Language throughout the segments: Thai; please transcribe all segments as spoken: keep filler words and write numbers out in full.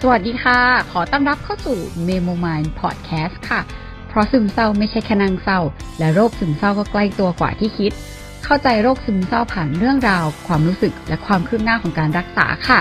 สวัสดีค่ะขอต้อนรับเข้าสู่ Memo Mind Podcast ค่ะเพราะซึมเศร้าไม่ใช่แค่นางเศร้าและโรคซึมเศร้าก็ใกล้ตัวกว่าที่คิดเข้าใจโรคซึมเศร้าผ่านเรื่องราวความรู้สึกและความคืบหน้าของการรักษาค่ะ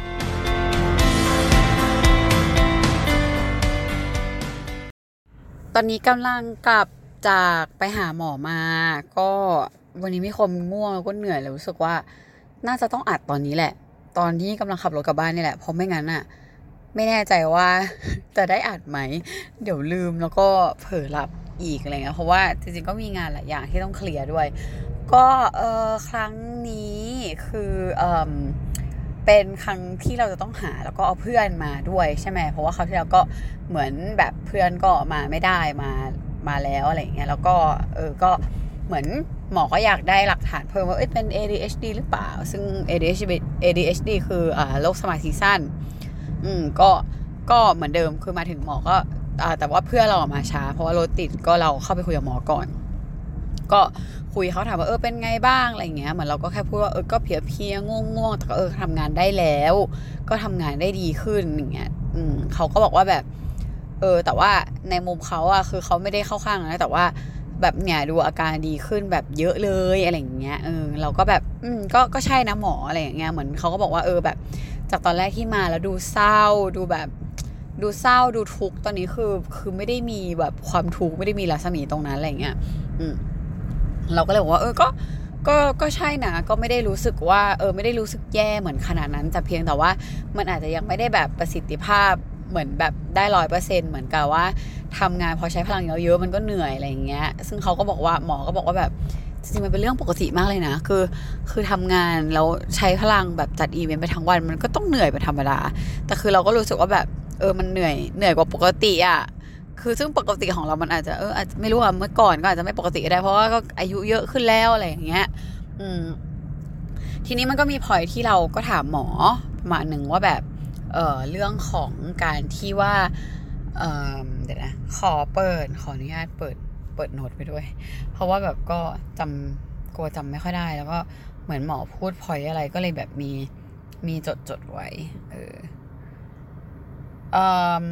ตอนนี้กำลังกลับจากไปหาหมอมาก็วันนี้มีความง่วงแล้วก็เหนื่อยเลยรู้สึกว่าน่าจะต้องอัดตอนนี้แหละตอนที่กำลังขับรถกลับบ้านนี่แหละเพราะไม่งั้นน่ะไม่แน่ใจว่าจะได้อัดไหมเดี๋ยวลืมแล้วก็เผลอหลับอีกอะไรเงี้ยเพราะว่าจริงๆก็มีงานหลายอย่างที่ต้องเคลียร์ด้วยก็เออครั้งนี้คือเออเป็นครั้งที่เราจะต้องหาแล้วก็เอาเพื่อนมาด้วยใช่ไหมเพราะว่าคราวที่แล้วก็เหมือนแบบเพื่อนก็มาไม่ได้มามาแล้วอะไรเงี้ยแล้วก็เออก็เหมือนหมอก็อยากได้หลักฐานเพิ่มว่าเอ้ยเป็น เอ ดี เอช ดี หรือเปล่าซึ่ง เอ ดี เอช ดี เอ ดี เอช ดี คืออ่าโรคสมาธิสั้นอืมก็ก็เหมือนเดิมคือมาถึงหมอก็อ่าแต่ว่าเพื่อนเรามาช้าเพราะว่ารถติดก็เราเข้าไปคุยกับหมอก่อนก็คุยเขาถามว่าเออเป็นไงบ้างอะไรเงี้ยเหมือนเราก็แค่พูดว่าเออก็เพลียๆง่วงๆแต่ก็เออทำงานได้แล้วก็ทำงานได้ดีขึ้นอย่างเงี้ยอืมเขาก็บอกว่าแบบเออแต่ว่าในมุมเขาอะคือเขาไม่ได้เข้าข้างนะแต่ว่าแบบเนี่ยดูอาการดีขึ้นแบบเยอะเลยอะไรอย่างเงี้ยเออเราก็แบบอืมก็ก็ใช่นะหมออะไรอย่างเงี้ยเหมือนเขาก็บอกว่าเออแบบจากตอนแรกที่มาแล้วดูเศร้าดูแบบดูเศร้าดูทุกข์ตอนนี้คือคือไม่ได้มีแบบความทุกข์ไม่ได้มีรัศมีตรงนั้นอะไรอย่างเงี้ยอืมเราก็เลยบอกว่าเออก็ก็ก็ใช่นะก็ไม่ได้รู้สึกว่าเออไม่ได้รู้สึกแย่เหมือนขนาดนั้นแต่เพียงแต่ว่ามันอาจจะยังไม่ได้แบบประสิทธิภาพเหมือนแบบได้ร้อยเปอร์เซ็นต์เหมือนกับว่าทำงานพอใช้พลังเยอะๆมันก็เหนื่อยอะไรอย่างเงี้ยซึ่งเขาก็บอกว่าหมอก็บอกว่าแบบจริงๆมันเป็นเรื่องปกติมากเลยนะคือคือทำงานแล้วใช้พลังแบบจัดอีเวนต์ไปทั้งวันมันก็ต้องเหนื่อยเป็นธรรมดาแต่คือเราก็รู้สึกว่าแบบเออมันเหนื่อยเหนื่อยกว่าปกติอ่ะคือซึ่งปกติของเรามันอาจจะเอออาจจะไม่รู้ว่าเมื่อก่อนก็อาจจะไม่ปกติก็ได้เพราะว่าก็อายุเยอะขึ้นแล้วอะไรอย่างเงี้ยอืมทีนี้มันก็มีพอยที่เราก็ถามหมอมาหนึ่งว่าแบบเอ่อเรื่องของการที่ว่าเอ่อเดี๋ยวนะขอเปิดขออนุญาตเปิดเปิดโน้ตไปด้วยเพราะว่าแบบก็จำกลัวจำไม่ค่อยได้แล้วก็เหมือนหมอพูดพอยอะไรก็เลยแบบมีมีจดจดไว้เออเอ่อ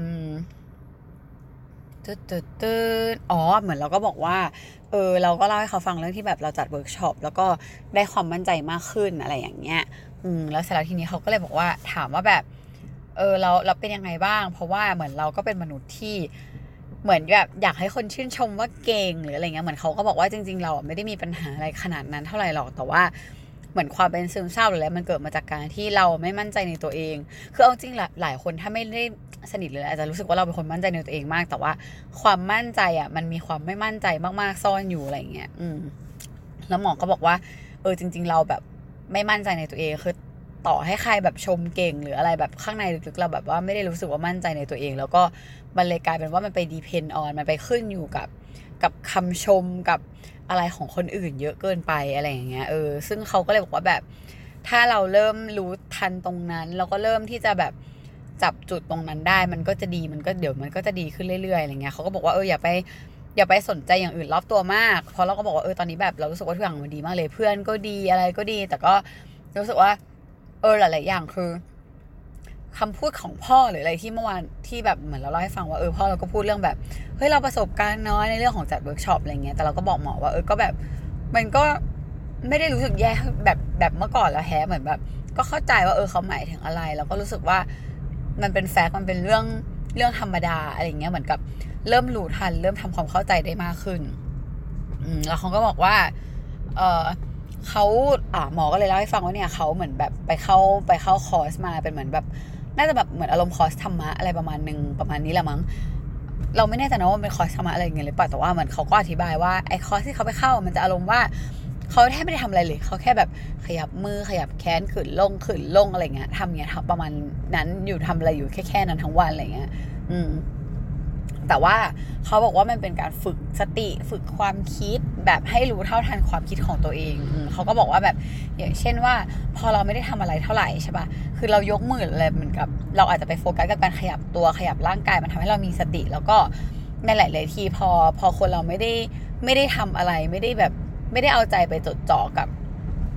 ตืดตืดตืดอ๋อเหมือนเราก็บอกว่าเออเราก็เล่าให้เขาฟังเรื่องที่แบบเราจัดเวิร์กช็อปแล้วก็ได้ความมั่นใจมากขึ้นอะไรอย่างเงี้ยอืมแล้วเสร็จแล้วทีนี้เขาก็เลยบอกว่าถามว่าแบบเออเราเราเป็นยังไงบ้างเพราะว่าเหมือนเราก็เป็นมนุษย์ที่เหมือนแบบอยากให้คนชื่นชมว่าเก่งหรืออะไรเงี้ยเหมือนเขาก็บอกว่าจริงๆเราไม่ได้มีปัญหาอะไรขนาดนั้นเท่าไหร่หรอกแต่ว่าเหมือนความเป็นซึมเศร้าหรืออะไรมันเกิดมาจากการที่เราไม่มั่นใจในตัวเองคือเอาจริงหลายคนถ้าไม่ได้สนิทเลยอาจจะรู้สึกว่าเราเป็นคนมั่นใจในตัวเองมากแต่ว่าความมั่นใจอ่ะมันมีความไม่มั่นใจมากๆซ่อนอยู่อะไรเงี้ยอืมแล้วหมอก็บอกว่าเออจริงๆเราแบบไม่มั่นใจในตัวเองคือต่อให้ใครแบบชมเก่งหรืออะไรแบบข้างในลึกๆเราแบบว่าไม่ได้รู้สึกว่ามั่นใจในตัวเองแล้วก็มันเลยกลายเป็นว่ามันไป depend on มันไปขึ้นอยู่กับกับคำชมกับอะไรของคนอื่นเยอะเกินไปอะไรอย่างเงี้ยเออซึ่งเขาก็เลยบอกว่าแบบถ้าเราเริ่มรู้ทันตรงนั้นเราก็เริ่มที่จะแบบจับจุดตรงนั้นได้มันก็จะดีมันก็เดี๋ยวมันก็จะดีขึ้นเรื่อยๆอะไรเงี้ยเขาก็บอกว่าเอออย่าไปอย่าไปสนใจอย่างอื่นรอบตัวมากเพราะเราก็บอกว่าเออตอนนี้แบบเรารู้สึกว่าทุกอย่างมันดีมากเลยเพื่อนก็ดีอะไรก็ดีแต่ก็รู้สึกว่าเออหลายๆอย่างคือคำพูดของพ่อหรืออะไรที่เมื่อวานที่แบบเหมือนเราเล่าให้ฟังว่าเออพ่อเราก็พูดเรื่องแบบเฮ้ยเราประสบการณ์น้อยในเรื่องของจัดเวิร์กช็อปอะไรเงี้ยแต่เราก็บอกหมอว่าเออก็แบบมันก็ไม่ได้รู้สึกแย่แบบแบบเมื่อก่อนแล้วแฮะเหมือนแบบก็เข้าใจว่าเออเขาหมายถึงอะไรแล้วก็รู้สึกว่ามันเป็นแฟกต์มันเป็นเรื่องเรื่องธรรมดาอะไรเงี้ยเหมือนกับเริ่มรู้ทันเริ่มทำความเข้าใจได้มากขึ้นอืมแล้วเขาก็บอกว่าเออเขาอ่าหมอก็เลยเล่าให้ฟังว่าเนี่ยเขาเหมือนแบบไปเข้าไปเข้าคอร์สมาเป็นเหมือนแบบน่าจะแบบเหมือนอารมณ์คอร์สธรรมะอะไรประมาณนึงประมาณนี้แหละมั้งเราไม่แน่ใจนะว่ามันเป็นคอร์สธรรมะอะไรอย่างเงี้ยหรือเปล่าแต่ว่าเหมือนเขาก็อธิบายว่าไอ้คอร์สที่เขาไปเข้ามันจะอารมณ์ว่าเขาแทบไม่ได้ทำอะไรเลยเขาแค่แบบขยับมือขยับแขนขึ้นลงขึ้นลงอะไรเงี้ยทำเงี้ยประมาณนั้นอยู่ทำอะไรอยู่แค่แค่นั้นทั้งวันอะไรเงี้ยอืมแต่ว่าเขาบอกว่ามันเป็นการฝึกสติฝึกความคิดแบบให้รู้เท่าทันความคิดของตัวเองเขาก็บอกว่าแบบอย่างเช่นว่าพอเราไม่ได้ทำอะไรเท่าไหร่ใช่ป่ะคือเรายกมืออะไรเหมือนกับเราอาจจะไปโฟกัสกับการขยับตัวขยับร่างกายมันทำให้เรามีสติแล้วก็ในหลายๆทีพอพอคนเราไม่ได้ไม่ได้ทำอะไรไม่ได้แบบไม่ได้เอาใจไปจดจ่อกับ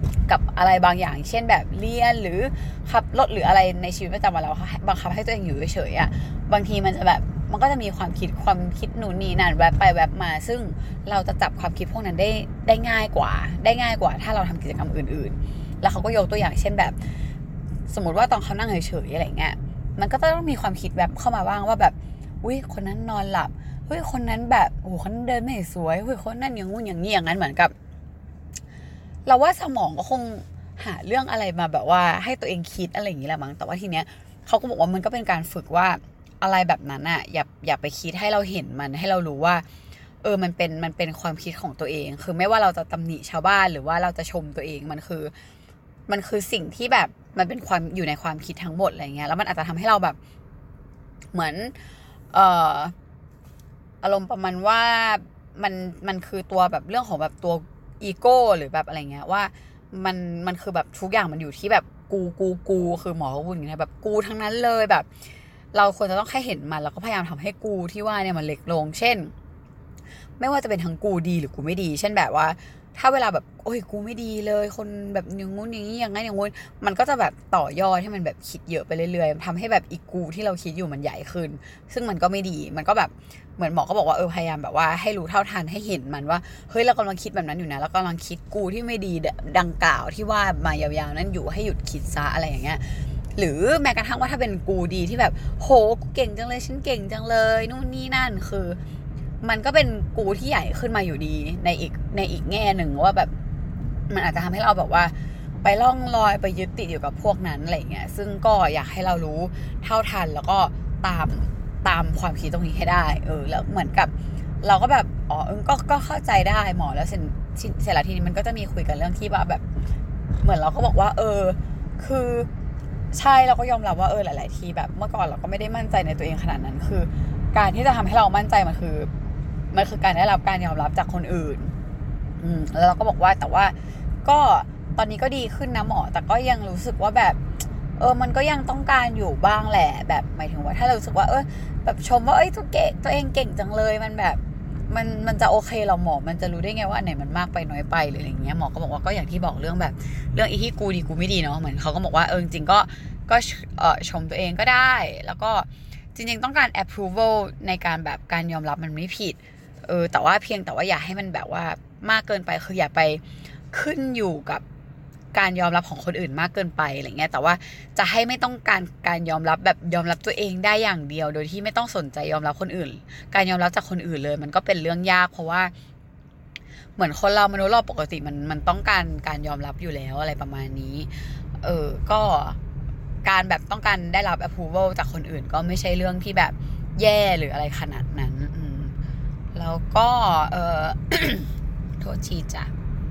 กับอะไรบางอย่างเช่นแบบเรียนหรือขับรถหรืออะไรในชีวิตประจำวันเราบังคับให้ตัวเองอยู่เฉยๆอ่ะบางทีมันจะแบบมันก็จะมีความคิดความคิดหนูนี่นั่นแวบไปแวบมาซึ่งเราจะจับความคิดพวกนั้นได้ได้ง่ายกว่าได้ง่ายกว่าถ้าเราทำกิจกรรมอื่นๆแล้วเขาก็ยกตัวอย่างเช่นแบบสมมติว่าตอนเขานั่งเฉยๆอะไรเงี้ยมันก็ต้องมีความคิดแบบเข้ามาบ้างว่าแบบอุ้ยคนนั้นนอนหลับเฮ้ยคนนั้นแบบโอ้คนนั้นเดินไม่สวยเฮ้ยคนนั้นอย่างงู้นอย่างนี้อย่างนั้นเหมือนกับเราว่าสมองก็คงหาเรื่องอะไรมาแบบว่าให้ตัวเองคิดอะไรอย่างนี้แหละมั้งแต่ว่าทีเนี้ยเขาก็บอกว่ามันก็เป็นการฝึกว่าอะไรแบบนั้นอ่ะอย่าอย่าไปคิดให้เราเห็นมันให้เรารู้ว่าเออมันเป็นมันเป็นความคิดของตัวเองคือไม่ว่าเราจะตำหนิชาวบ้านหรือว่าเราจะชมตัวเองมันคือมันคือสิ่งที่แบบมันเป็นความอยู่ในความคิดทั้งหมดอะไรเงี้ยแล้วมันอาจจะทำให้เราแบบเหมือนเอ่ออารมณ์ประมาณว่ามันมันคือตัวแบบเรื่องของแบบตัวอีโก้หรือแบบอะไรเงี้ยว่ามันมันคือแบบทุกอย่างมันอยู่ที่แบบกูกูกูคือหมอเขาพูดอย่างนี้นะแบบกูทั้งนั้นเลยแบบเราควรจะต้องแค่เห็นมันแล้วก็พยายามทำให้กูที่ว่าเนี่ยมันเล็กลงเช่นไม่ว่าจะเป็นทั้งกูดีหรือกูไม่ดีเช่นแบบว่าถ้าเวลาแบบโอ้ยกูไม่ดีเลยคนแบบอย่างงู้นอย่างนี้อย่างงั้นอย่างงู้นมันก็จะแบบต่อยอดให้มันแบบคิดเยอะไปเรื่อยๆทำให้แบบอีกกูที่เราคิดอยู่มันใหญ่ขึ้นซึ่งมันก็ไม่ดีมันก็แบบเหมือนหมอก็บอกว่าเออพยายามแบบว่าให้รู้เท่าทันให้เห็นมันว่าเฮ้ยเรากำลังคิดแบบนั้นอยู่นะแล้วกำลังคิดกูที่ไม่ดีดังกล่าวที่ว่ามายาวๆนั้นอยู่ให้หยุดคิดซะอะไรอย่างเงี้ยหรือแม้กระทั่งว่าถ้าเป็นกูดีที่แบบโหกูเก่งจังเลยฉันเก่งจังเลยนู่นนี่นั่นคือมันก็เป็นกูที่ใหญ่ขึ้นมาอยู่ดีในอีกในอีกแง่หนึ่งว่าแบบมันอาจจะทำให้เราแบบว่าไปล่องลอยไปยึดติดอยู่กับพวกนั้นอะไรเงี้ยซึ่งก็อยากให้เรารู้เท่าทันแล้วก็ตามตามความคิดตรงนี้ให้ได้เออแล้วเหมือนกับเราก็แบบอ๋อเออก็ก็เข้าใจได้หมอแล้วเสร็จเสร็จแล้วทีนี้มันก็จะมีคุยกันเรื่องที่ว่าแบบเหมือนเราก็บอกว่าเออคือใช่เราก็ยอมรับว่าเออหลายๆทีแบบเมื่อก่อนเราก็ไม่ได้มั่นใจในตัวเองขนาดนั้นคือการที่จะทำให้เรามั่นใจมันคือมันคือการได้รับการยอมรับจากคนอื่นอืมแล้วเราก็บอกว่าแต่ว่าก็ตอนนี้ก็ดีขึ้นนะหมอแต่ก็ยังรู้สึกว่าแบบเออมันก็ยังต้องการอยู่บ้างแหละแบบหมายถึงว่าถ้าเรารู้สึกว่าเออแบบชมว่าเอ้ยตัวเก่งตัวเองเก่งจังเลยมันแบบมันมันจะโอเคหรอหมอมันจะรู้ได้ไงว่าอันไหนมันมากไปน้อยไปหรืออะไรเงี้ยหมอก็บอกว่าก็อย่างที่บอกเรื่องแบบเรื่องอีที่กูดีกูไม่ดีเนาะเหมือนเขาก็บอกว่าเออจริงๆก็ก็เออชมตัวเองก็ได้แล้วก็จริงๆต้องการ approval ในการแบบการยอมรับมันไม่ผิดเออแต่ว่าเพียงแต่ว่าอย่าให้มันแบบว่ามากเกินไปคืออย่าไปขึ้นอยู่กับการยอมรับของคนอื่นมากเกินไปอะไรเงี้ยแต่ว่าจะให้ไม่ต้องการการยอมรับแบบยอมรับตัวเองได้อย่างเดียวโดยที่ไม่ต้องสนใจยอมรับคนอื่นการยอมรับจากคนอื่นเลยมันก็เป็นเรื่องยากเพราะว่าเหมือนคนเรามนุษย์เราปกติมันมันต้องการการยอมรับอยู่แล้วอะไรประมาณนี้เออก็การแบบต้องการได้รับ approval จากคนอื่นก็ไม่ใช่เรื่องที่แบบแย่หรืออะไรขนาดนั้นอืมแล้วก็เออ โทษทีจ้ะ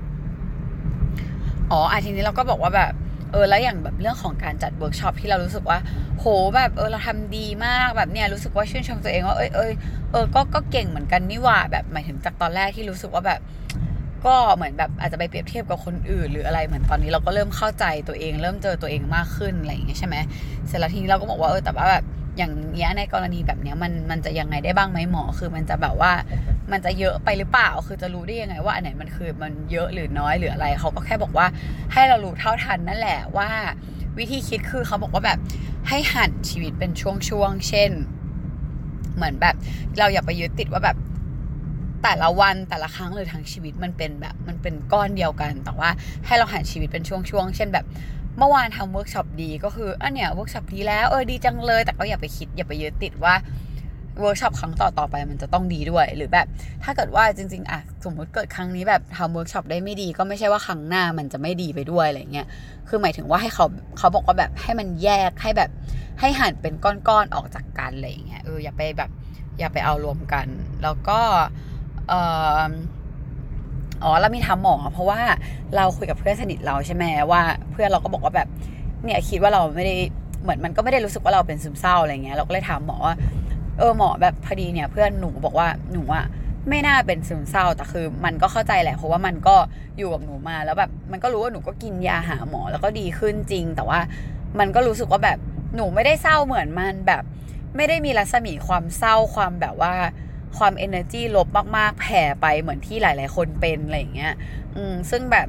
อ๋ออ่ะทีนี้เราก็บอกว่าแบบเออแล้วอย่างแบบเรื่องของการจัดเวิร์กช็อปที่เรารู้สึกว่าโหแบบเออเราทำดีมากแบบเนี้ยรู้สึกว่าชื่นชมตัวเองว่าเอ้ยเอ้ยเออก็ก็เก่งเหมือนกันนี่หว่าแบบหมายถึงจากตอนแรกที่รู้สึกว่าแบบก็เหมือนแบบอาจจะไปเปรียบเทียบกับคนอื่นหรืออะไรเหมือนตอนนี้เราก็เริ่มเข้าใจตัวเองเริ่มเจอตัวเองมากขึ้นอะไรอย่างเงี้ยใช่ไหมเสร็จแล้วทีนี้เราก็บอกว่าเออแต่ว่าแบบอย่างเงี้ยในกรณีแบบเนี้ยมันมันจะยังไงได้บ้างไหมหมอคือมันจะแบบว่ามันจะเยอะไปหรือเปล่าคือจะรู้ได้ยังไงว่าอันไหนมันคือมันเยอะหรือน้อยหรืออะไรเขาก็แค่บอกว่าให้เรารู้เท่าทันนั่นแหละว่าวิธีคิดคือเขาบอกว่าแบบให้หั่นชีวิตเป็นช่วงๆเช่นเหมือนแบบเราอย่าไปยึดติดว่าแบบแต่ละวันแต่ละครั้งหรือทั้งชีวิตมันเป็นแบบมันเป็นก้อนเดียวกันแต่ว่าให้เราหั่นชีวิตเป็นช่วงๆเช่นแบบเมื่อวานทำเวิร์กช็อปดีก็คืออันเนี้ยเวิร์กช็อปดีแล้วเออดีจังเลยแต่ก็อย่าไปคิดอย่าไปยึดติดว่าเวิร์กช็อปครั้งต่อต่อไปมันจะต้องดีด้วยหรือแบบถ้าเกิดว่าจริงๆอะสมมติเกิดครั้งนี้แบบทำเวิร์กช็อปได้ไม่ดีก็ไม่ใช่ว่าครั้งหน้ามันจะไม่ดีไปด้วยอะไรเงี้ยคือหมายถึงว่าให้เขาเขาบอกว่าแบบให้มันแยกให้แบบให้หั่นเป็นก้อนๆออกจากกันอะไรเงี้ยเอออย่าไปแบบอย่าไปเอารวมกันแล้วก็เอออ๋อเรามีทำหมอเพราะว่าเราคุยกับเพื่อนสนิทเราใช่ไหมว่าเพื่อนเราก็บอกว่าแบบเนี่ยคิดว่าเราไม่ได้เหมือนมันก็ไม่ได้รู้สึกว่าเราเป็นซึมเศร้าอะไรเงี้ยเราก็เลยถามหมอว่าเออหมอแบบพอดีเนี่ยเพื่อนหนูบอกว่าหนูอะไม่น่าเป็นซึมเศร้าแต่คือมันก็เข้าใจแหละเพราะว่ามันก็อยู่กับหนูมาแล้วแบบมันก็รู้ว่าหนูก็กินยาหาหมอแล้วก็ดีขึ้นจริงแต่ว่ามันก็รู้สึกว่าแบบหนูไม่ได้เศร้าเหมือนมันแบบไม่ได้มีรัศมีความเศร้าความแบบว่าความ energy ลบมากๆแผ่ไปเหมือนที่หลายๆคนเป็นอะไรอย่างเงี้ยอืมซึ่งแบบ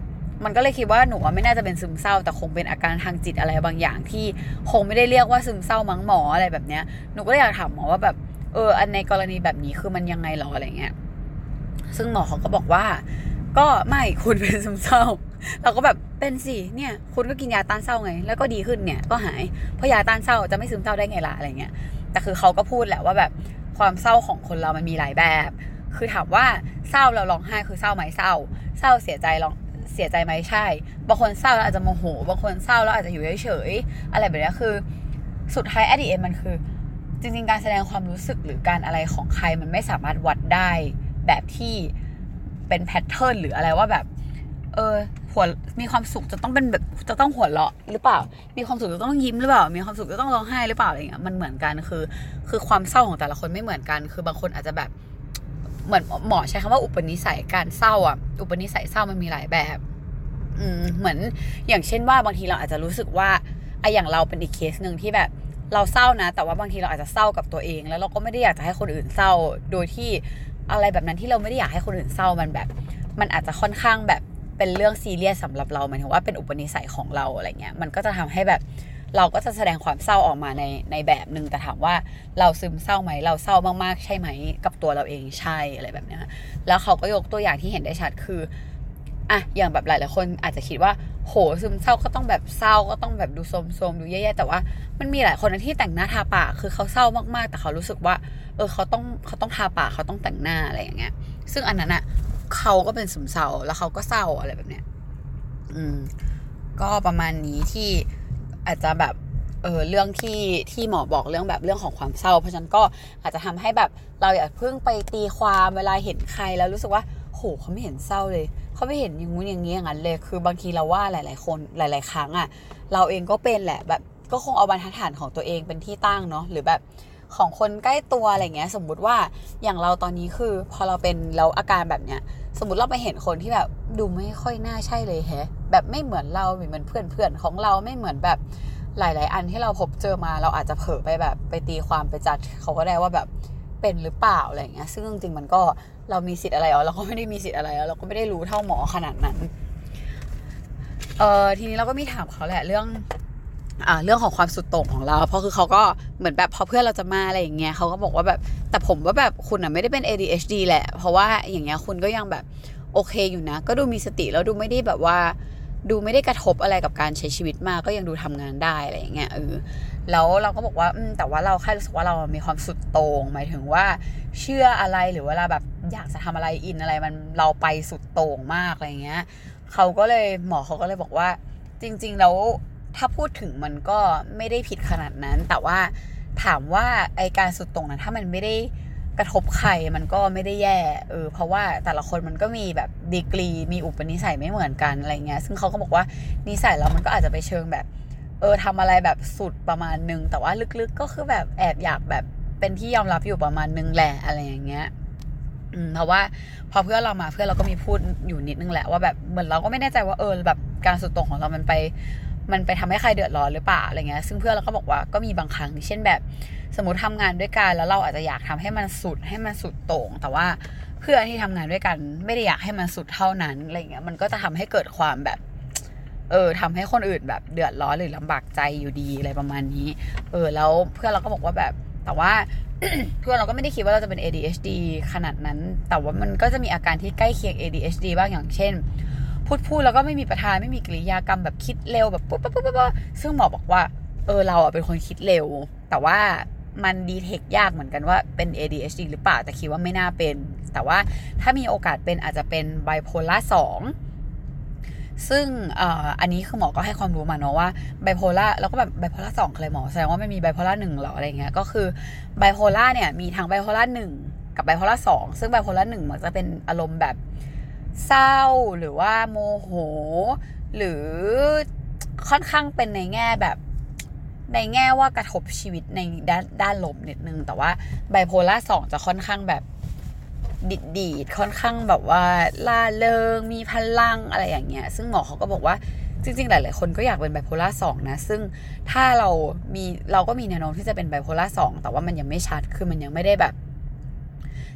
มันก็เลยคิดว่าหนูไม่น่าจะเป็นซึมเศร้าแต่คงเป็นอาการทางจิตอะไรบางอย่างที่คงไม่ได้เรียกว่าซึมเศร้ามั้งหมออะไรแบบเนี้ยหนูก็เลยอยากถามหมอว่าแบบเอออันในกรณีแบบนี้คือมันยังไงหรออะไรเงี้ยซึ่งหมอเขาก็บอกว่าก็ไม่คุณเป็นซึมเศร้าเราก็แบบเป็นสิเนี่ยคุณก็กินยาต้านเศร้าไงแล้วก็ดีขึ้นเนี่ยก็หายเพราะยาต้านเศร้าจะไม่ซึมเศร้าได้ไงล่ะอะไรเงี้ยแต่คือเขาก็พูดแหละว่าแบบความเศร้าของคนเรามันมีหลายแบบคือถามว่าเศร้าเราร้องไห้คือเศร้าไหมเศร้าเศร้าเสียใจร้องเสียใจไหมใช่บางคนเศร้าแล้วอาจจะโมโหบางคนเศร้าแล้วอาจจะอยู่เฉยๆอะไรแบบนี้คือสุดท้าย at the end มันคือจริงๆการแสดงความรู้สึกหรือการอะไรของใครมันไม่สามารถวัดได้แบบที่เป็นแพทเทิร์นหรืออะไรว่าแบบเออหัวมีความสุขจะต้องเป็นแบบจะต้องหัวเราะหรือเปล่ามีความสุขจะต้องยิ้มหรือเปล่ามีความสุขจะต้องร้องไห้หรือเปล่าอะไรเงี้ยมันเหมือนกันคือคือความเศร้าของแต่ละคนไม่เหมือนกันคือบางคนอาจจะแบบเหมือนหมอใช้คำว่าอุปนิสัยการเศร้าอ่ะอุปนิสัยเศร้ามันมีหลายแบบอืมเหมือนอย่างเช่นว่าบางทีเราอาจจะรู้สึกว่าไออย่างเราเป็นอีกเคสนึงที่แบบเราเศร้านะแต่ว่าบางทีเราอาจจะเศร้ากับตัวเองแล้วเราก็ไม่ได้อยากจะให้คนอื่นเศร้าโดยที่อะไรแบบนั้นที่เราไม่ได้อยากให้คนอื่นเศร้ามันแบบมันอาจจะค่อนข้างแบบเป็นเรื่องซีเรียสสำหรับเราหมายถึงว่าเป็นอุปนิสัยของเราอะไรเงี้ยมันก็จะทำให้แบบเราก็จะแสดงความเศร้าออกมาในในแบบนึงแต่ถามว่าเราซึมเศร้าไหมเราเศร้ามากๆใช่ไหมกับตัวเราเองใช่อะไรแบบเนี้ยแล้วเขาก็ยกตัวอย่างที่เห็นได้ชัดคืออ่ะอย่างแบบหลายๆคนอาจจะคิดว่าโหซึมเศร้าก็ต้องแบบเศร้าก็ต้องแบบดูโทรมๆดูแย่ๆแต่ว่ามันมีหลายคนที่แต่งหน้าทาปากคือเขาเศร้ามากๆแต่เขารู้สึกว่าเออเขาต้องเขาต้องทาปากเขาต้องแต่งหน้าอะไรอย่างเงี้ยซึ่งอันนั้นอะเขาก็เป็นซึมเศร้าแล้วเขาก็เศร้าอะไรแบบเนี้ยอืมก็ประมาณนี้ที่อาจจะแบบเออเรื่องที่ที่หมอบอกเรื่องแบบเรื่องของความเศร้าเพราะฉะนั้นก็อาจจะทำให้แบบเราอย่าเพิ่งไปตีความเวลาเห็นใครแล้วรู้สึกว่าโหเขาไม่เห็นเศร้าเลยเขาไม่เห็นอย่างงู้นอย่างนี้อย่างนั้นเลยคือบางทีเราว่าหลายๆคนหลายๆครั้งอ่ะเราเองก็เป็นแหละแบบก็คงเอาบรรทัดฐานของตัวเองเป็นที่ตั้งเนาะหรือแบบของคนใกล้ตัวอะไรเงี้ยสมมุติว่าอย่างเราตอนนี้คือพอเราเป็นแล้วอาการแบบเนี้ยสมมติเราไปเห็นคนที่แบบดูไม่ค่อยน่าใช่เลยแฮะแบบไม่เหมือนเราไม่เหมือนเพื่อนๆของเราไม่เหมือนแบบหลายๆอันที่เราพบเจอมาเราอาจจะเผลอไปแบบไปตีความไปจัดเขาก็ได้ว่าแบบเป็นหรือเปล่าอะไรเงี้ยซึ่งจริงๆมันก็เรามีสิทธิ์อะไรอ๋อเราก็ไม่ได้มีสิทธิ์อะไรเราก็ไม่ได้รู้เท่าหมอขนาดนั้นเออทีนี้เราก็มีถามเขาแหละเรื่องอ่าเรื่องของความสุดโต่งของเราเพราะคือเขาก็เหมือนแบบพอเพื่อนเราจะมาอะไรอย่างเงี้ยเขาก็บอกว่าแบบแต่ผมว่าแบบคุณอ่ะไม่ได้เป็น เอ ดี เอช ดี แหละเพราะว่าอย่างเงี้ยคุณก็ยังแบบโอเคอยู่นะก็ดูมีสติแล้วดูไม่ได้แบบว่าดูไม่ได้กระทบอะไรกับการใช้ชีวิตมากก็ยังดูทำงานได้อะไรอย่างเงี้ยเออแล้วเราก็บอกว่าอืมแต่ว่าเราแค่รู้สึกว่าเรามีความสุดโต่งหมายถึงว่าเชื่ออะไรหรือเวลาแบบอยากจะทำอะไรอินอะไรมันเราไปสุดโต่งมากอะไรเงี้ยเขาก็เลยหมอเขาก็เลยบอกว่าจริงๆแล้วถ้าพูดถึงมันก็ไม่ได้ผิดขนาดนั้นแต่ว่าถามว่าไอการสุดโต่งนั้นถ้ามันไม่ได้กระทบใครมันก็ไม่ได้แย่เออเพราะว่าแต่ละคนมันก็มีแบบดีกรีมีอุปนิสัยไม่เหมือนกันอะไรเงี้ยซึ่งเขาก็บอกว่านิสัยเรามันก็อาจจะไปเชิงแบบเออทำอะไรแบบสุดประมาณนึงแต่ว่าลึกๆก็คือแบบแอบอยากแบบเป็นที่ยอมรับอยู่ประมาณนึงแหละอะไรอย่างเงี้ยอืมเพราะว่าพอเพื่อนเรามาเพื่อนเราก็มีพูดอยู่นิดนึงแหละว่าแบบเหมือนเราก็ไม่แน่ใจว่าเออแบบการสุดโต่งของเรามันไปมันไปทำให้ใครเดือดร้อนหรือเปล่าอะไรเงี้ยซึ่งเพื่อนเราก็บอกว่าก็มีบางครั้งเช่นแบบสมมติทำงานด้วยกันแล้วเราอาจจะอยากทำให้มันสุดให้มันสุดโต่งแต่ว่าเพื่อนที่ทำงานด้วยกันไม่ได้อยากให้มันสุดเท่านั้นอะไรเงี้ยมันก็จะทำให้เกิดความแบบเออทำให้คนอื่นแบบเดือดร้อนหรือลำบากใจอยู่ดีอะไรประมาณนี้เออแล้วเพื่อนเราก็บอกว่าแบบแต่ว่า เพื่อนเราก็ไม่ได้คิดว่าเราจะเป็น เอ ดี เอช ดี ขนาดนั้นแต่ว่ามันก็จะมีอาการที่ใกล้เคียง เอ ดี เอช ดี บ้างอย่างเช่นพูดพูดแล้วก็ไม่มีประธานไม่มีกริยากรรมแบบคิดเร็วแบบปุ๊บปุ๊บปุ๊บปุ๊บซึ่งหมอบอกว่าเออเราอ่ะเป็นคนคิดเร็วแต่ว่ามันดีเทคยากเหมือนกันว่าเป็น เอ ดี เอช ดี หรือเปล่าแต่คิดว่าไม่น่าเป็นแต่ว่าถ้ามีโอกาสเป็นอาจจะเป็นไบโพล่าสองซึ่งอ่าอันนี้คือหมอก็ให้ความรู้มาเนาะว่าไบโพล่าแล้วก็แบบไบโพล่าสองคืออะไรหมอแสดงว่าไม่มีไบโพล่าหนึ่งหรออะไรเงี้ยก็คือไบโพล่าเนี่ยมีทั้งไบโพล่าหนึ่งกับไบโพล่าสองซึ่งไบโพล่าหนึ่งมันจะเป็นอารมณ์แบบเศร้าหรือว่าโมโหหรือค่อนข้างเป็นในแง่แบบในแง่ว่ากระทบชีวิตในด้านด้านลบนิดนึงแต่ว่าไบโพล่าสองจะค่อนข้างแบบดิดดีดค่อนข้างแบบว่าล่าเริงมีพลังอะไรอย่างเงี้ยซึ่งหมอเขาก็บอกว่าจริงๆหลายๆคนก็อยากเป็นไบโพล่าสองนะซึ่งถ้าเรามีเราก็มีแนวโน้มที่จะเป็นไบโพล่าสองแต่ว่ามันยังไม่ชัดคือมันยังไม่ได้แบบ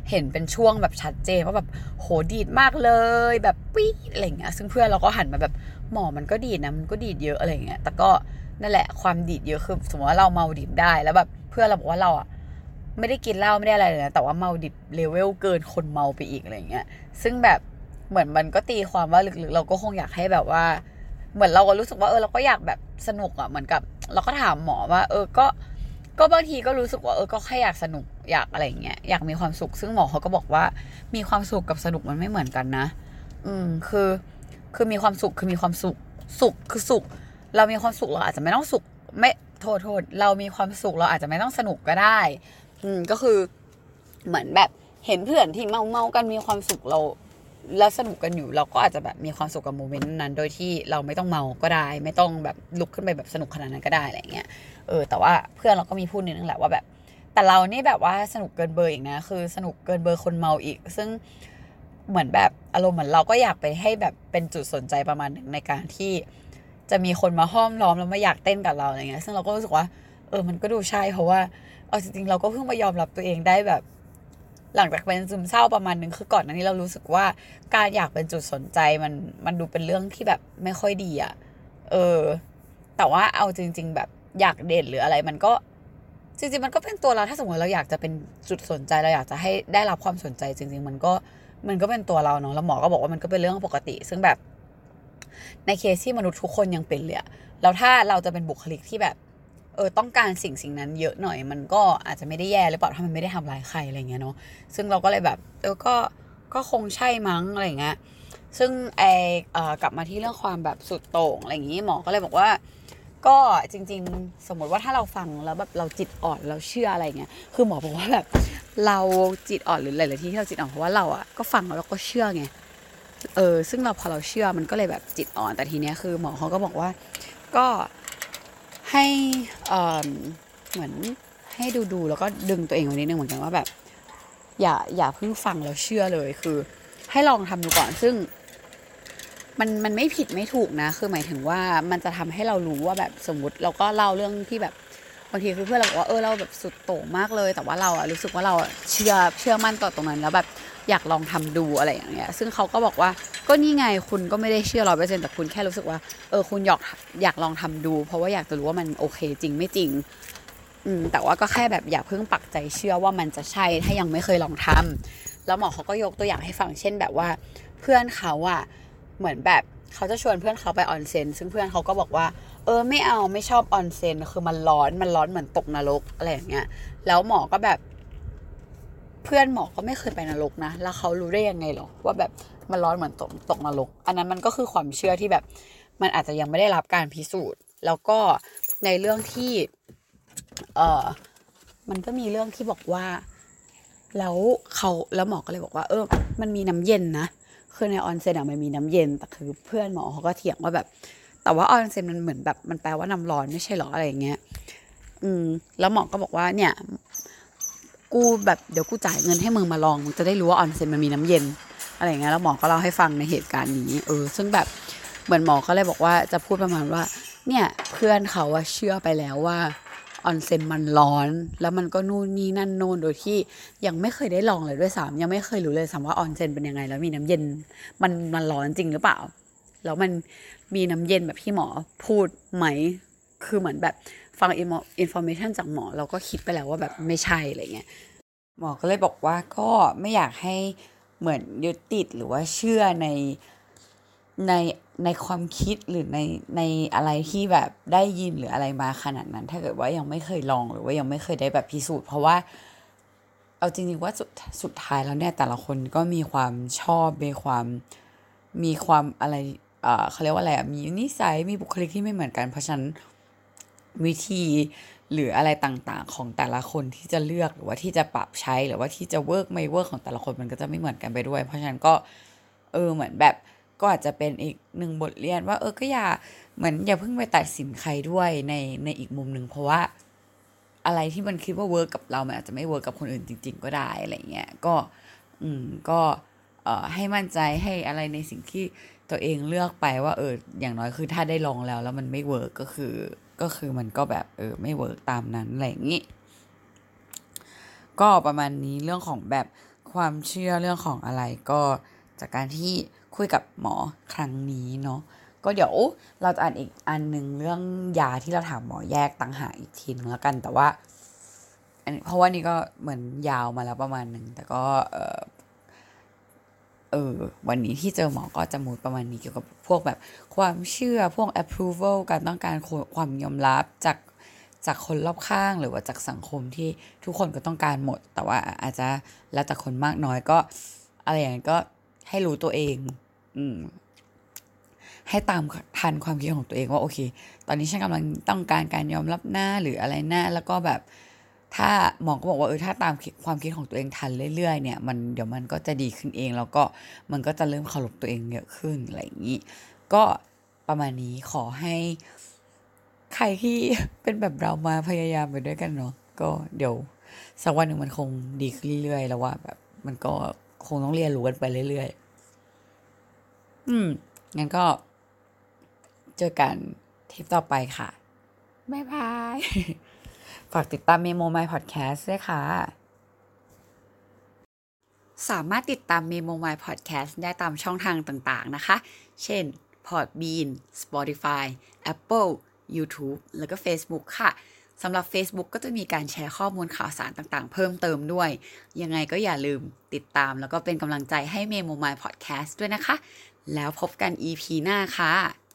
เห็นเป็นช่วงแบบชัดเจนว่าแบบโหดีดมากเลยแบบปี๊ดอะไรเงี้ยซึ่งเพื่อนเราก็หันมาแบบหมอมันก็ดีดนะมันก็ดีดเยอะอะไรเงี้ยแต่ก็นั่นแหละความดีดเยอะคือสมมติว่าเราเมาดิบได้แล้วแบบเพื่อนเราบอกว่าเราอ่ะไม่ได้กินเหล้าไม่ได้อะไรเลยนะแต่ว่าเมาดิบเลเวลเกินคนเมาไปอีกอะไรเงี้ยซึ่งแบบเหมือนมันก็ตีความว่าลึกๆเราก็คงอยากให้แบบว่าเหมือนเราก็รู้สึกว่าเออเราก็อยากแบบสนุกอ่ะเหมือนกับเราก็ถามหมอว่าเออก็ก็บางทีก็รู้สึกว่าเออก็แค่อยากสนุกอยากอะไรเงี้ยอยากมีความสุขซึ่งหมอเขาก็บอกว่ามีความสุขกับสนุกมันไม่เหมือนกันนะอืมคือคือมีความสุขคือมีความสุขสุขคือสุขเรามีความสุขเราอาจจะไม่ต้องสุขไม่โทษโทษเรามีความสุขเราอาจจะไม่ต้องสนุกก็ได้อืมก็คือเหมือนแบบเห็นเพื่อนที่เมาเมากันมีความสุขเราแล้วสนุกกันอยู่เราก็อาจจะแบบมีความสุขกับโมเมนต์นั้นโดยที่เราไม่ต้องเมาก็ได้ไม่ต้องแบบลุกขึ้นไปแบบสนุกขนาดนั้นก็ได้อะไรเงี้ยเออแต่ว่าเพื่อนเราก็มีพูดนิดนึงแหละว่าแบบแต่เรานี่แบบว่าสนุกเกินเบอร์อีกนะคือสนุกเกินเบอร์คนเมาอีกซึ่งเหมือนแบบอารมณ์เหมือนเราก็อยากไปให้แบบเป็นจุดสนใจประมาณหนึ่งในการที่จะมีคนมาห้อมล้อมแล้วมาอยากเต้นกับเราอะไรเงี้ยซึ่งเราก็รู้สึกว่าเออมันก็ดูใช่เพราะว่าเอาจริงๆเราก็เพิ่งมายอมรับตัวเองได้แบบหลังจากเป็นซึมเศร้าประมาณนึงคือก่อนหน้านี้เรารู้สึกว่าการอยากเป็นจุดสนใจมันมันดูเป็นเรื่องที่แบบไม่ค่อยดีอะเออแต่ว่าเอาจริงๆแบบอยากเด่นหรืออะไรมันก็จริงๆมันก็เป็นตัวเราถ้าสมมติเราอยากจะเป็นจุดสนใจเราอยากจะให้ได้รับความสนใจจริงๆมันก็มันก็เป็นตัวเราเนาะแล้วหมอก็บอกว่ามันก็เป็นเรื่องปกติซึ่งแบบในเคสที่มนุษย์ทุกคนยังเป็นเลยแล้วถ้าเราจะเป็นบุคลิกที่แบบเออต้องการสิ่งสิ่งนั้นเยอะหน่อยมันก็อาจจะไม่ได้แย่หรือเปล่าถ้ามันไม่ได้ทำร้ายใครอะไรเงี้ยเนาะซึ่งเราก็เลยแบบเออก็ก็คงใช่มั้งอะไรเงี้ยซึ่งไอเอ่อกลับมาที่เรื่องความแบบสุดโต่งอะไรอย่างงี้หมอก็เลยบอกว่าก็จริงๆสมมติว่าถ้าเราฟังแล้วแบบเราจิตอ่อนเราเชื่ออะไรเงี้ยคือหมอบอกว่าแบบเราจิตอ่อนหรือหลายๆที่ที่เราจิตอ่อนเพราะว่าเราอ่ะก็ฟังแล้วเราก็เชื่อไงเออซึ่งเราพอเราเชื่อมันก็เลยแบบจิตอ่อนแต่ทีเนี้ยคือหมอเขาก็บอกว่าก็ให้เอ่อเหมือนให้ดูดูแล้วก็ดึงตัวเองไว้นิดนึงเหมือนกันว่าแบบอย่าอย่าเพิ่งฟังแล้วเชื่อเลยคือให้ลองทำดูก่อนซึ่งมันมันไม่ผิดไม่ถูกนะคือหมายถึงว่ามันจะทำให้เรารู้ว่าแบบสมมติเราก็เล่าเรื่องที่แบบบางทีคือเพื่อนเราบอกว่าเออเราแบบสุดโต่งมากเลยแต่ว่าเราอะรู้สึกว่าเราเชื่อเชื่อมั่นต่อตรงนั้นแล้วแบบอยากลองทำดูอะไรอย่างเงี้ยซึ่งเขาก็บอกว่าก็นี่ไงคุณก็ไม่ได้เชื่อร้อยเปอร์เซ็นต์แต่คุณแค่รู้สึกว่าเออคุณอยากอยากลองทำดูเพราะว่าอยากจะรู้ว่ามันโอเคจริงไม่จริงอืมแต่ว่าก็แค่แบบอย่าเพิ่งปักใจเชื่อว่ามันจะใช่ถ้ายังไม่เคยลองทำแล้วหมอเขาก็ยกตัวอย่างให้ฟังเช่นแบบว่าเพื่อนเขาอะเหมือนแบบเขาจะชวนเพื่อนเขาไปออนเซ็นซึ่งเพื่อนเขาก็บอกว่าเออไม่เอาไม่ชอบออนเซ็นคือมันร้อนมันร้อนเหมือนตกนรกอะไรอย่างเงี้ยแล้วหมอก็แบบเพื่อนหมอก็ไม่เคยไปนรกนะแล้วเขารู้ได้ยังไงหรอว่าแบบมันร้อนเหมือนตกตกนรกอันนั้นมันก็คือความเชื่อที่แบบมันอาจจะยังไม่ได้รับการพิสูจน์แล้วก็ในเรื่องที่เออมันก็มีเรื่องที่บอกว่าแล้วเขาแล้วหมอก็เลยบอกว่าเออมันมีน้ำเย็นนะคือในออนเซ็นอะมันมีน้ำเย็นแต่คือเพื่อนหมอเขาก็เถียงว่าแบบแต่ว่าออนเซ็นมันเหมือนแบบมันแปลว่าน้ำร้อนไม่ใช่หรออะไรอย่างเงี้ยอืมแล้วหมอก็บอกว่าเนี่ยกูแบบเดี๋ยวกูจ่ายเงินให้มึงมาลองมึงจะได้รู้ว่าออนเซ็นมันมีน้ำเย็นอะไรอย่างเงี้ยแล้วหมอก็เล่าให้ฟังในเหตุการณ์นี้เออซึ่งแบบเหมือนหมอก็เลยบอกว่าจะพูดประมาณว่าเนี่ยเพื่อนเขาอะเชื่อไปแล้วว่าออนเซ็นมันร้อนแล้วมันก็นู่นนี่นั่นโน่นโดยที่ยังไม่เคยได้ลองเลยด้วยซ้ำยังไม่เคยรู้เลยซ้ำว่าออนเซ็นเป็นยังไงแล้วมีน้ำเย็นมันมันร้อนจริงหรือเปล่าแล้วมันมีน้ำเย็นแบบที่หมอพูดไหมคือเหมือนแบบฟังอินฟอร์เมชันจากหมอเราก็คิดไปแล้วว่าแบบไม่ใช่อะไรเงี้ยหมอก็เลยบอกว่าก็ไม่อยากให้เหมือนยึดติดหรือว่าเชื่อในในในความคิดหรือในในอะไรที่แบบได้ยินหรืออะไรมาขนาดนั้นถ้าเกิดว่ายังไม่เคยลองหรือว่ายังไม่เคยได้แบบพิสูจน์เพราะว่าเอาจริงๆว่าสุดสุดท้ายแล้วเนี่ยแต่ละคนก็มีความชอบมีความมีความอะไรเอ่อเขาเรียกว่าอะไรอ่ะมีนิสัยมีบุคลิกที่ไม่เหมือนกันเพราะฉะนั้นวิธีหรืออะไรต่างๆของแต่ละคนที่จะเลือกหรือว่าที่จะปรับใช้หรือว่าที่จะเวิร์กไม่เวิร์กของแต่ละคนมันก็จะไม่เหมือนกันไปด้วยเพราะฉะนั้นก็เออเหมือนแบบก็อาจจะเป็นอีกหนึ่งบทเรียนว่าเออก็อย่าเหมือนอย่าเพิ่งไปตัดสินใครด้วยในในอีกมุมหนึ่งเพราะว่าอะไรที่มันคิดว่าเวิร์กกับเรามันอาจจะไม่เวิร์กกับคนอื่นจริงๆก็ได้อะไรเงี้ยก็อืมก็เอ่อให้มั่นใจให้อะไรในสิ่งที่ตัวเองเลือกไปว่าเอออย่างน้อยคือถ้าได้ลองแล้วแล้วมันไม่เวิร์กก็คือก็คือมันก็แบบเออไม่เวิร์กตามนั้นอะไรอย่างงี้ก็ประมาณนี้เรื่องของแบบความเชื่อเรื่องของอะไรก็จากการที่คุยกับหมอครั้งนี้เนาะก็เดี๋ยวเราจะอ่านอีกอันหนึ่งเรื่องยาที่เราถามหมอแยกต่างหากอีกทีนึงแล้วกันแต่ว่าอันนี้เพราะว่านี่ก็เหมือนยาวมาแล้วประมาณหนึ่งแต่ก็เออเออวันนี้ที่เจอหมอก็จะมูดประมาณนี้เกี่ยวกับพวกแบบความเชื่อพวก approval การต้องการความยอมรับจากจากคนรอบข้างหรือว่าจากสังคมที่ทุกคนก็ต้องการหมดแต่ว่าอาจจะแล้วแต่คนมากน้อยก็อะไรอย่างนี้ก็ให้รู้ตัวเองอืมให้ตามทันความคิดของตัวเองว่าโอเคตอนนี้ฉันกำลังต้องการการยอมรับหน้าหรืออะไรหน้าแล้วก็แบบถ้าหมอก็บอกว่าเออถ้าตามความคิดของตัวเองทันเรื่อยๆเนี่ยมันเดี๋ยวมันก็จะดีขึ้นเองแล้วก็มันก็จะเริ่มเคารพตัวเองเยอะขึ้นอะไรอย่างนี้ก็ประมาณนี้ขอให้ใครที่เป็นแบบเรามาพยายามไปด้วยกันเนาะก็เดี๋ยวสักวันหนึ่งมันคงดีขึ้นเรื่อยๆแล้วว่าแบบมันก็คงต้องเรียนรู้กันไปเรื่อยๆอืมงั้นก็เจอกันทริปต่อไปค่ะบ๊ายบาย ฝากติดตาม Memo My Podcast ด้วยค่ะ สามารถติดตาม Memo My Podcast ได้ตามช่องทางต่างๆนะคะ เช่น Podbean Spotify Apple YouTube แล้วก็ Facebook ค่ะ สำหรับ Facebook ก็จะมีการแชร์ข้อมูลข่าวสารต่างๆเพิ่มเติมด้วย ยังไงก็อย่าลืมติดตามแล้วก็เป็นกำลังใจให้ Memo My Podcast ด้วยนะคะ แล้วพบกัน อี พี หน้าค่ะ